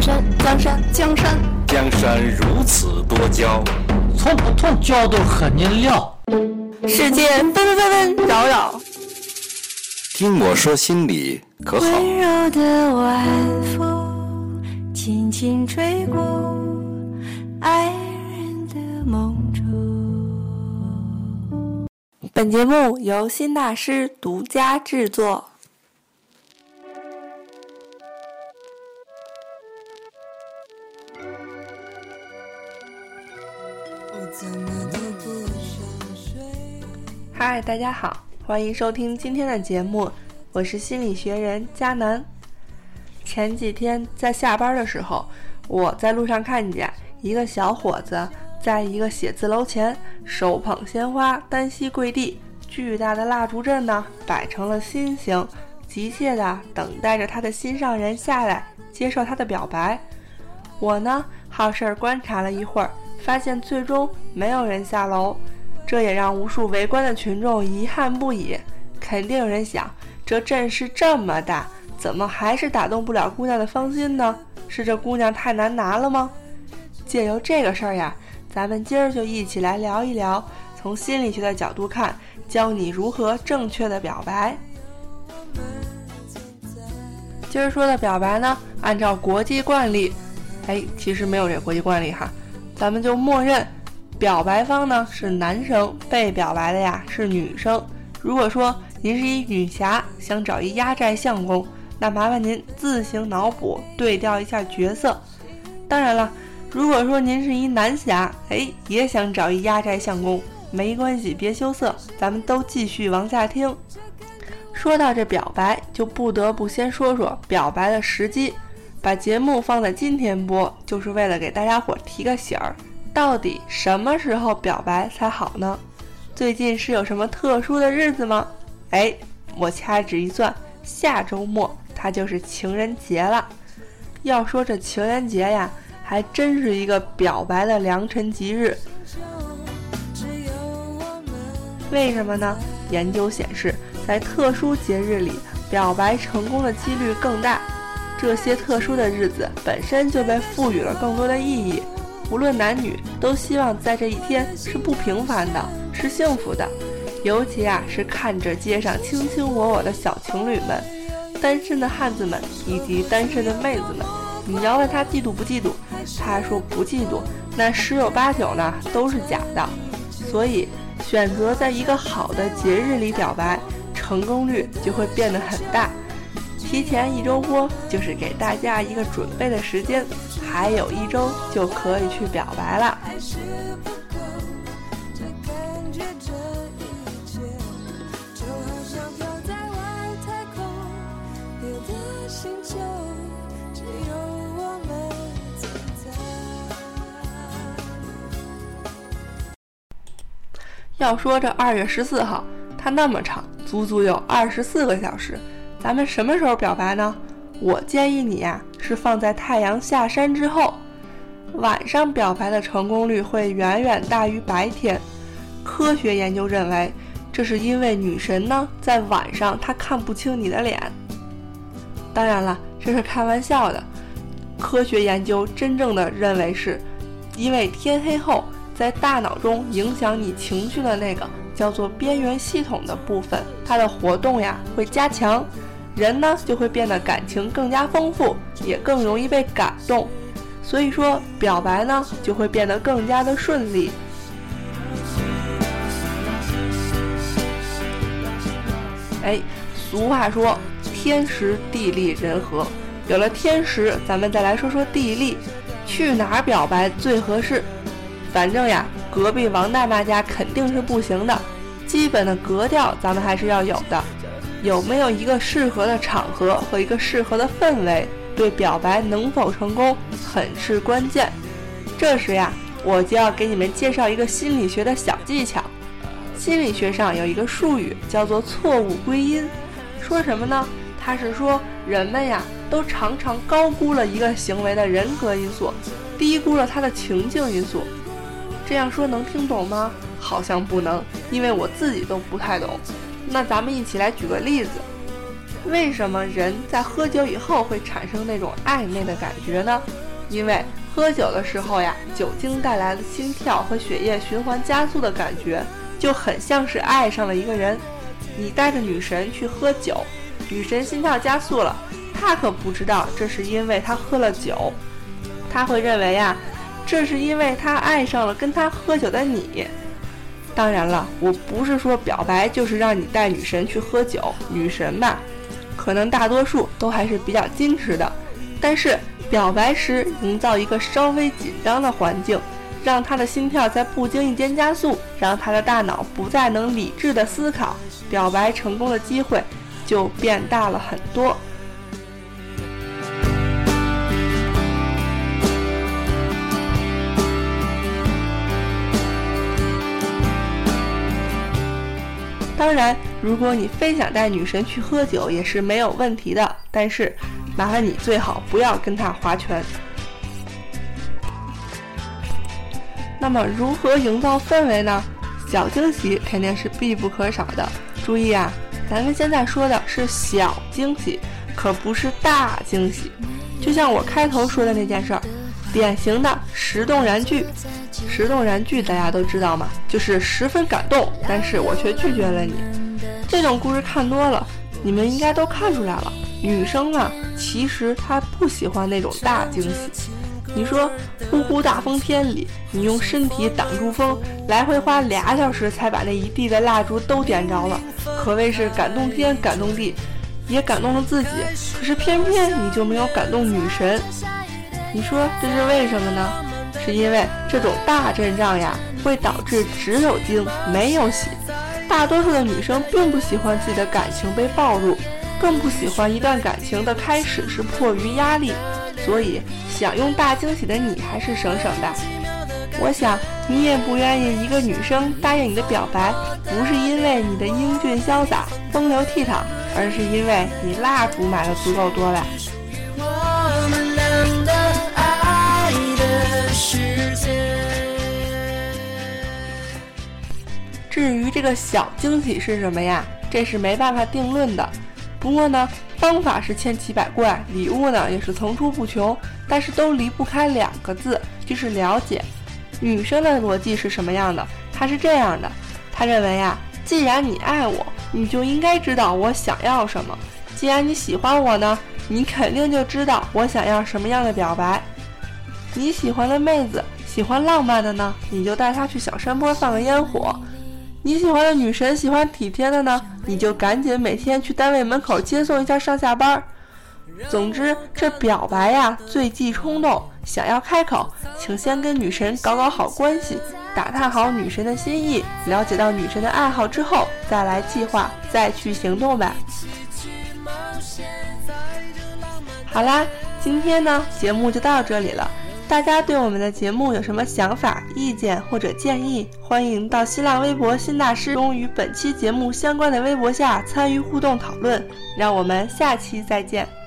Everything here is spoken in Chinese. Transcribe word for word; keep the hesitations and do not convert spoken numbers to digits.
山，江山，江山， 江山如此多娇， 从不同角度和你聊。 世界纷纷纷纷扰扰， 听我说心里可好？ 温柔的晚风轻轻吹过爱人的梦中。 本节目由新大师独家制作。嗨，大家好，欢迎收听今天的节目，我是心理学人佳楠。前几天在下班的时候，我在路上看见一个小伙子在一个写字楼前手捧鲜花，单膝跪地，巨大的蜡烛阵呢摆成了心形，急切地等待着他的心上人下来接受他的表白。我呢好事观察了一会儿，发现最终没有人下楼，这也让无数围观的群众遗憾不已。肯定有人想，这阵势这么大，怎么还是打动不了姑娘的芳心呢？是这姑娘太难拿了吗？借由这个事儿呀，咱们今儿就一起来聊一聊，从心理学的角度看，教你如何正确的表白。今儿说的表白呢，按照国际惯例，哎，其实没有这个国际惯例哈，咱们就默认表白方呢是男生，被表白的呀是女生。如果说您是一女侠，想找一压寨相公，那麻烦您自行脑补对调一下角色。当然了，如果说您是一男侠，哎，也想找一压寨相公，没关系，别羞涩，咱们都继续往下听。说到这表白，就不得不先说说表白的时机。把节目放在今天播，就是为了给大家伙提个醒儿，到底什么时候表白才好呢？最近是有什么特殊的日子吗？哎，我掐指一算，下周末它就是情人节了。要说这情人节呀，还真是一个表白的良辰吉日。为什么呢？研究显示，在特殊节日里，表白成功的几率更大。这些特殊的日子本身就被赋予了更多的意义，无论男女都希望在这一天是不平凡的，是幸福的。尤其啊是看着街上卿卿我我的小情侣们，单身的汉子们以及单身的妹子们，你要问他嫉妒不嫉妒，他说不嫉妒，那十有八九呢都是假的。所以选择在一个好的节日里表白，成功率就会变得很大。提前一周播，就是给大家一个准备的时间，还有一周就可以去表白了。要说这二月十四号，它那么长，足足有二十四个小时。咱们什么时候表白呢？我建议你呀、啊，是放在太阳下山之后，晚上表白的成功率会远远大于白天。科学研究认为，这是因为女神呢在晚上她看不清你的脸。当然了，这是开玩笑的。科学研究真正的认为是，因为天黑后，在大脑中影响你情绪的那个叫做边缘系统的部分，它的活动呀会加强。人呢就会变得感情更加丰富，也更容易被感动，所以说表白呢就会变得更加的顺利。哎，俗话说天时地利人和，有了天时，咱们再来说说地利，去哪儿表白最合适？反正呀，隔壁王大妈家肯定是不行的，基本的格调咱们还是要有的。有没有一个适合的场合和一个适合的氛围，对表白能否成功很是关键。这时呀，我就要给你们介绍一个心理学的小技巧。心理学上有一个术语叫做错误归因，说什么呢？它是说人们呀都常常高估了一个行为的人格因素，低估了它的情境因素。这样说能听懂吗？好像不能，因为我自己都不太懂。那咱们一起来举个例子。 为什么人在喝酒以后会产生那种暧昧的感觉呢？因为喝酒的时候呀，酒精带来的心跳和血液循环加速的感觉，就很像是爱上了一个人。你带着女神去喝酒，女神心跳加速了，她可不知道这是因为她喝了酒，她会认为呀，这是因为她爱上了跟她喝酒的你。当然了，我不是说表白就是让你带女神去喝酒，女神吧，可能大多数都还是比较矜持的，但是表白时营造一个稍微紧张的环境，让她的心跳在不经意间加速，让她的大脑不再能理智的思考，表白成功的机会就变大了很多。当然，如果你非想带女神去喝酒也是没有问题的，但是麻烦你最好不要跟她划拳。那么如何营造氛围呢？小惊喜肯定是必不可少的。注意啊，咱们现在说的是小惊喜，可不是大惊喜。就像我开头说的那件事儿，典型的石动燃具。石动燃具大家都知道吗？就是十分感动，但是我却拒绝了你。这种故事看多了，你们应该都看出来了，女生啊，其实她不喜欢那种大惊喜。你说呼呼大风天里，你用身体挡住风，来回花俩小时才把那一地的蜡烛都点着了，可谓是感动天感动地，也感动了自己。可是偏偏你就没有感动女神，你说这是为什么呢？是因为这种大阵仗呀，会导致只有惊没有喜。大多数的女生并不喜欢自己的感情被暴露，更不喜欢一段感情的开始是迫于压力，所以想用大惊喜的你还是省省的。我想你也不愿意一个女生答应你的表白，不是因为你的英俊潇洒风流倜傥，而是因为你蜡烛买的足够多了。 我们俩的爱的世界。 至于这个小惊喜是什么呀，这是没办法定论的。不过呢，方法是千奇百怪，礼物呢也是层出不穷，但是都离不开两个字，就是了解。女生的逻辑是什么样的？她是这样的，她认为呀，既然你爱我，你就应该知道我想要什么。既然你喜欢我呢，你肯定就知道我想要什么样的表白。你喜欢的妹子喜欢浪漫的呢，你就带她去小山坡放个烟火。你喜欢的女神喜欢体贴的呢，你就赶紧每天去单位门口接送一下上下班。总之，这表白呀，最忌冲动，想要开口，请先跟女神搞搞好关系，打探好女神的心意，了解到女神的爱好之后，再来计划，再去行动吧。好啦，今天呢，节目就到这里了。大家对我们的节目有什么想法、意见或者建议，欢迎到新浪微博新大师中与本期节目相关的微博下参与互动讨论。让我们下期再见。